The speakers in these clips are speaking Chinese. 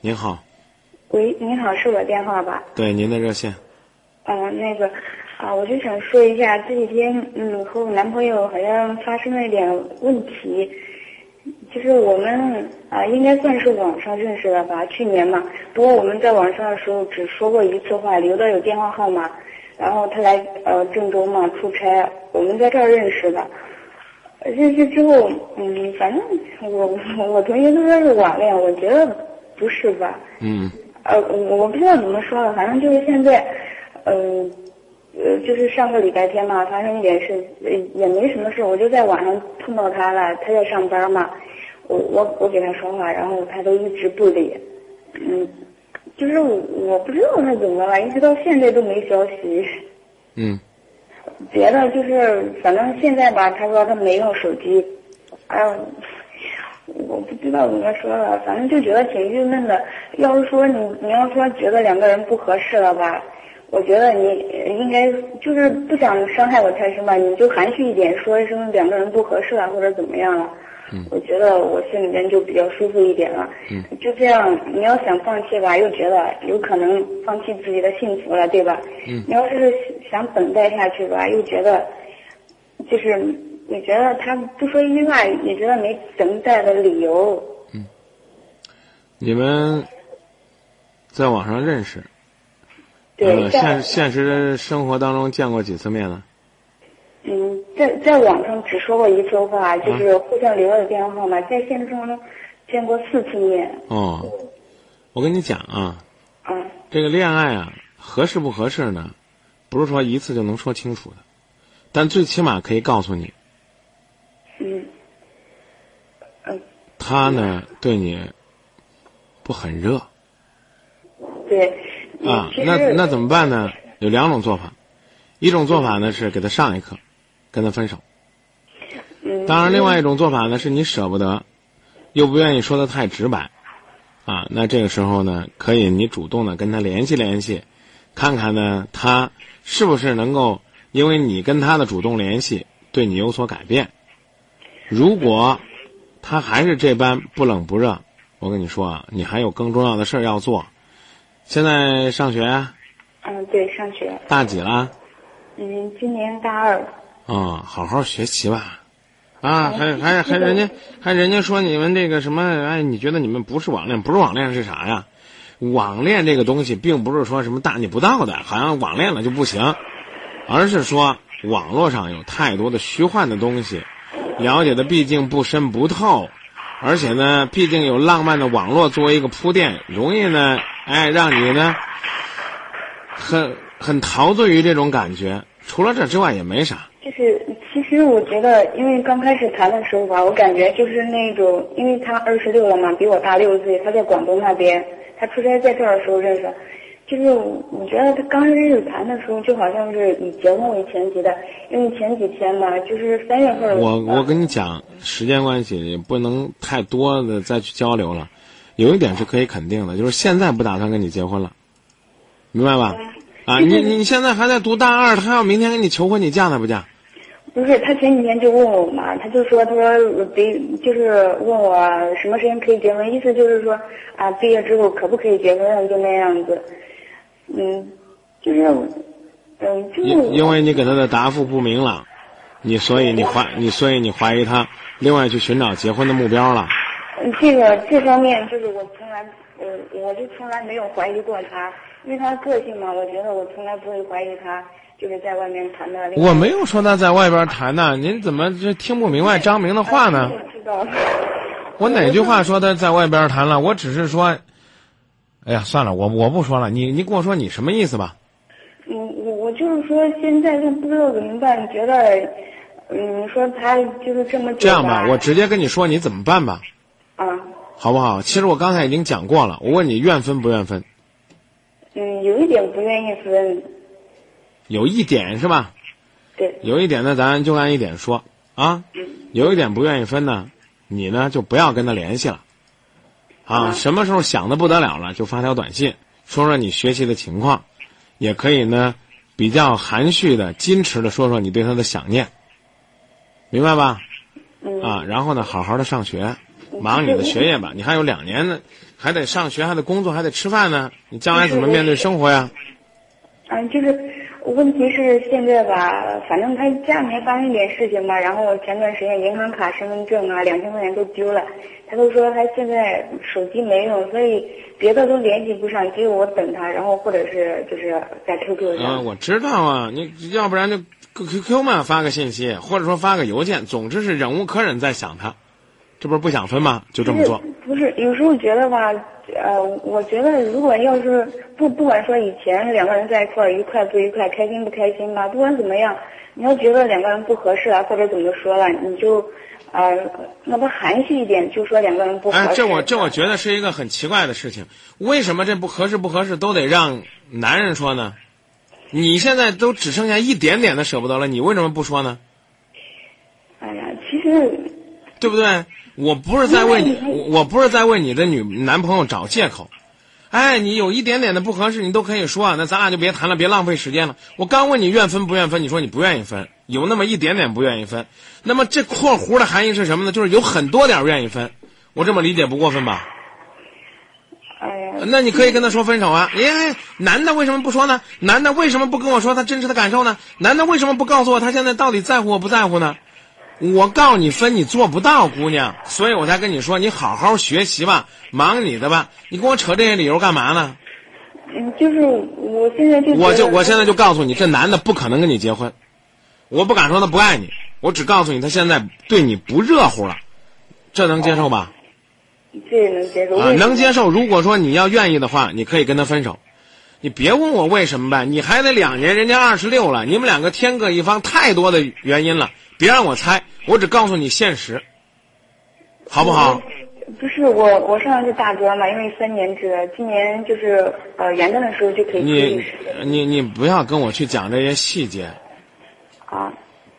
您好。 喂，您好，是我电话吧？ 对，您的热线。 我就想说一下，这几天和我男朋友好像发生了一点问题，就是我们应该算是网上认识的吧，去年嘛。不过我们在网上的时候只说过一次话，留的有电话号码。然后他来郑州嘛出差，我们在这儿认识的。认识之后，反正我同学都说是网恋，我觉得不是吧？我不知道怎么说了，反正就是现在，就是上个礼拜天嘛，发生一点事，也没什么事，我就在网上碰到他了，他在上班嘛，我给他说话，然后他都一直不理，就是我不知道他怎么了，一直到现在都没消息。别的就是反正现在吧，他说他没用手机，我不知道怎么说了，反正就觉得挺郁闷的。要是说你要说觉得两个人不合适了吧，我觉得你应该就是不想伤害我太深吧，你就含蓄一点说一声两个人不合适了或者怎么样了。我觉得我心里面就比较舒服一点了。就这样，你要想放弃吧，又觉得有可能放弃自己的幸福了，对吧？你要是想等待下去吧，又觉得就是你觉得他不说一句话，你觉得没等待的理由。 你们在网上认识？ 对。 现实生活当中见过几次面呢？ 在网上只说过一次话，就是互相留了电话号码，在现实生活中见过4次面。 我跟你讲啊，这个恋爱啊，合适不合适呢，不是说一次就能说清楚的，但最起码可以告诉你，他呢对你不很热。 对。 那怎么办呢？有2种做法，一种做法呢是给他上一课，跟他分手。当然，另外一种做法呢是你舍不得，又不愿意说的太直白，那这个时候呢，可以你主动的跟他联系联系，看看呢他是不是能够因为你跟他的主动联系对你有所改变。如果他还是这般不冷不热，我跟你说啊，你还有更重要的事儿要做。现在上学啊？ 对，上学。 大几了？ 今年大2。 好好学习吧。还人家说你们这个什么，你觉得你们不是网恋，不是网恋是啥呀？网恋这个东西并不是说什么大逆不道的，好像网恋了就不行，而是说网络上有太多的虚幻的东西，了解的毕竟不深不透，而且呢，毕竟有浪漫的网络作为一个铺垫，容易呢，让你呢，很陶醉于这种感觉。除了这之外也没啥。 其实我觉得，因为刚开始谈的时候吧，我感觉就是那种，因为他26了嘛，比我大6岁，他在广东那边，他出差在这儿的时候认识，就是我觉得他刚开始谈的时候，就好像是以结婚为前提的，因为前几天嘛，就是3月份。 我跟你讲，时间关系也不能太多的再去交流了。有一点是可以肯定的，就是现在不打算跟你结婚了，明白吧？你现在还在读大2，他要明天跟你求婚，你嫁他不嫁？ 不是，他前几天就问我嘛，他说就是问我什么时间可以结婚，意思就是说毕业之后可不可以结婚，就那样子。 因为你给他的答复不明朗，所以你怀疑他，另外去寻找结婚的目标了。 这方面就是我就从来没有怀疑过他，因为他的个性嘛，我觉得我从来不会怀疑他就是在外面谈的。 我没有说他在外边谈呢，您怎么就听不明白张明的话呢？ 我知道。 我哪句话说他在外边谈了？我只是说，算了，我不说了，你跟我说你什么意思吧？ 我就是说现在就不知道怎么办，觉得说他就是这么这样吧，我直接跟你说你怎么办吧。好不好？其实我刚才已经讲过了，我问你愿分不愿分？ 有一点不愿意分。 有一点是吧？ 对。 有一点呢，咱就按一点说啊。有一点不愿意分呢，你呢就不要跟他联系了。什么时候想的不得了了，就发条短信，说说你学习的情况，也可以呢比较含蓄的、矜持的说说你对他的想念，明白吧？然后呢，好好的上学。忙你的学业吧，你还有2年呢， 还得上学，还得工作，还得吃饭呢，你将来怎么面对生活呀？ 就是问题是现在吧，反正他家里面发生一点事情吧，然后前段时间银行卡、身份证啊2000块钱都丢了，他都说他现在手机没用，所以别的都联系不上，只有我等他，然后或者是就是在 QQ 上。我知道啊，你要不然就 QQ 嘛，发个信息，或者说发个邮件，总之是忍无可忍在想他，这不是不想分吗？就这么做。 不是，有时候觉得吧，我觉得如果要是不管说以前两个人在一块儿愉快不愉快，开心不开心吧，不管怎么样，你要觉得两个人不合适了，或者怎么说了，你就那么含蓄一点，就说两个人不合适。 这我觉得是一个很奇怪的事情，为什么这不合适都得让男人说呢？你现在都只剩下一点点的舍不得了，你为什么不说呢？ 哎呀，其实对不对？我不是在为你的男朋友找借口。哎，你有一点点的不合适，你都可以说，那咱俩就别谈了，别浪费时间了。我刚问你愿分不愿分，你说你不愿意分，有那么一点点不愿意分。那么这括弧的含义是什么呢？就是有很多点愿意分。我这么理解不过分吧？那你可以跟他说分手啊。男的为什么不说呢？男的为什么不跟我说他真实的感受呢？男的为什么不告诉我他现在到底在乎我不在乎呢？我告你分你做不到，姑娘，所以我才跟你说，你好好学习吧，忙你的吧，你跟我扯这些理由干嘛呢？ 就是我现在我现在就告诉你，这男的不可能跟你结婚，我不敢说他不爱你，我只告诉你他现在对你不热乎了，这能接受吧？ 这能接受能接受。如果说你要愿意的话，你可以跟他分手。你别问我为什么呗，你还得2年，人家26了，你们两个天各一方，太多的原因了，别让我猜，我只告诉你现实，好不好？ 不是我上的是大专嘛，因为3年制，今年就是元旦的时候就可以。 你不要跟我去讲这些细节啊！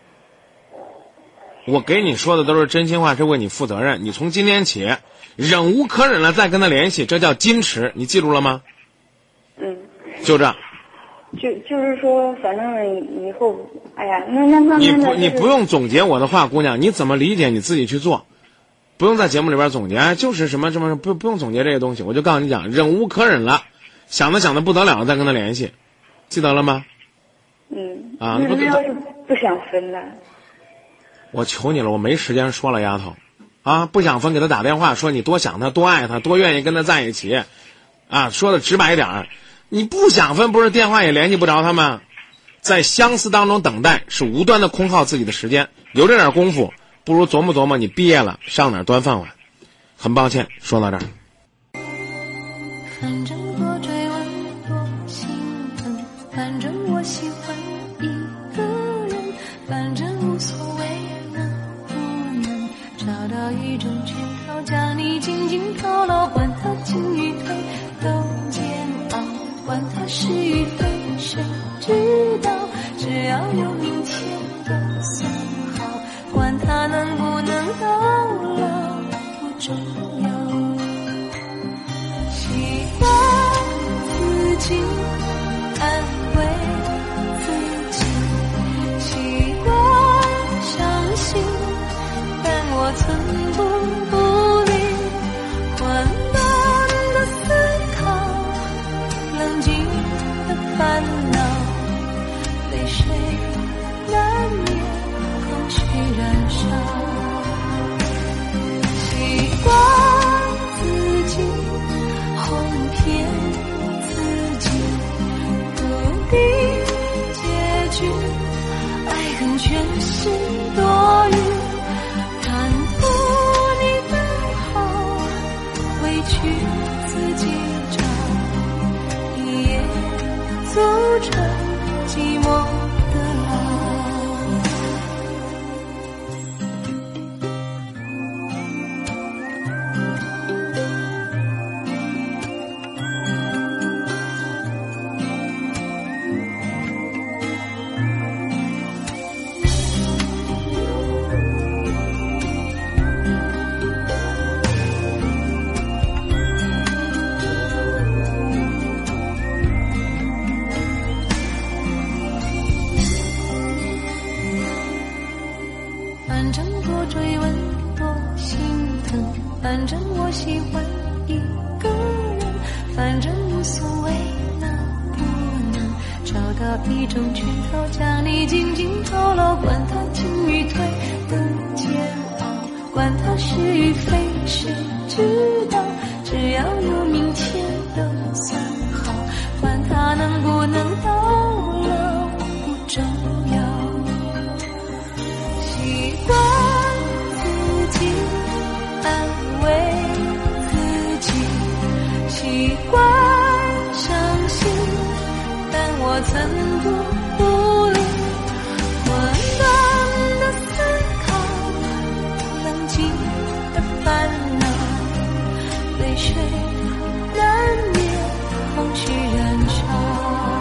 我给你说的都是真心话，是为你负责任。你从今天起忍无可忍了再跟他联系，这叫矜持，你记住了吗？就这样。 就是说，反正以后，哎呀，那你不用总结我的话，姑娘，你怎么理解你自己去做，不用在节目里边总结，就是什么不用总结这些东西，我就告诉你讲，忍无可忍了，想的不得了了再跟他联系，记得了吗？ 那要是不想分呢？ 我求你了，我没时间说了，丫头，不想分给他打电话说你多想他，多爱他，多愿意跟他在一起，说的直白点，你不想分，不是电话也联系不着他吗？在相思当中等待是无端的空耗自己的时间，有这点功夫不如琢磨琢磨你毕业了上哪儿端饭碗。很抱歉说到这儿。 反正多追问多兴奋，反正我喜欢一个人，反正无所谓能不能找到一种圈套，将你紧紧套牢，管它进与退都煎熬，管它是与非谁知道，只要有明天的算好，管它能不能到老不重要，习惯自己安慰自己，习惯相信，但我寸步不离，混乱的思考，冷静的烦恼，被谁难免空气燃烧，习惯自己哄骗自己，笃定结局，爱恨全是多余，贪图你的好，委屈自己找，一夜组成寂寞的牢。 反正无所谓，能不能找到一种圈套，将你紧紧套牢，管它进与退的煎熬，管它是与非，谁知道？只要有明天都算好，管它能不能到老不重要。习惯自己安慰自己，习惯相信，但我曾不理混乱的思考，冷静的烦恼，泪水难免空虚燃烧。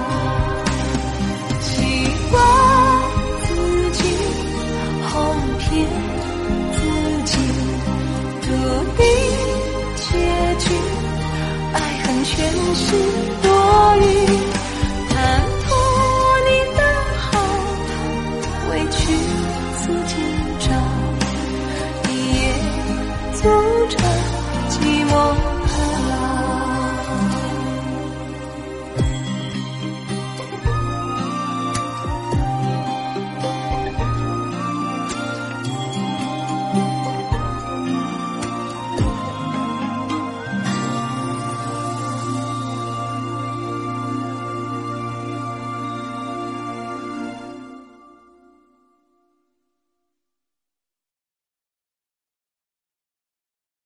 习惯自己哄骗自己，笃定结局，爱恨全是多余，贪图你的好，委屈自己找，你也足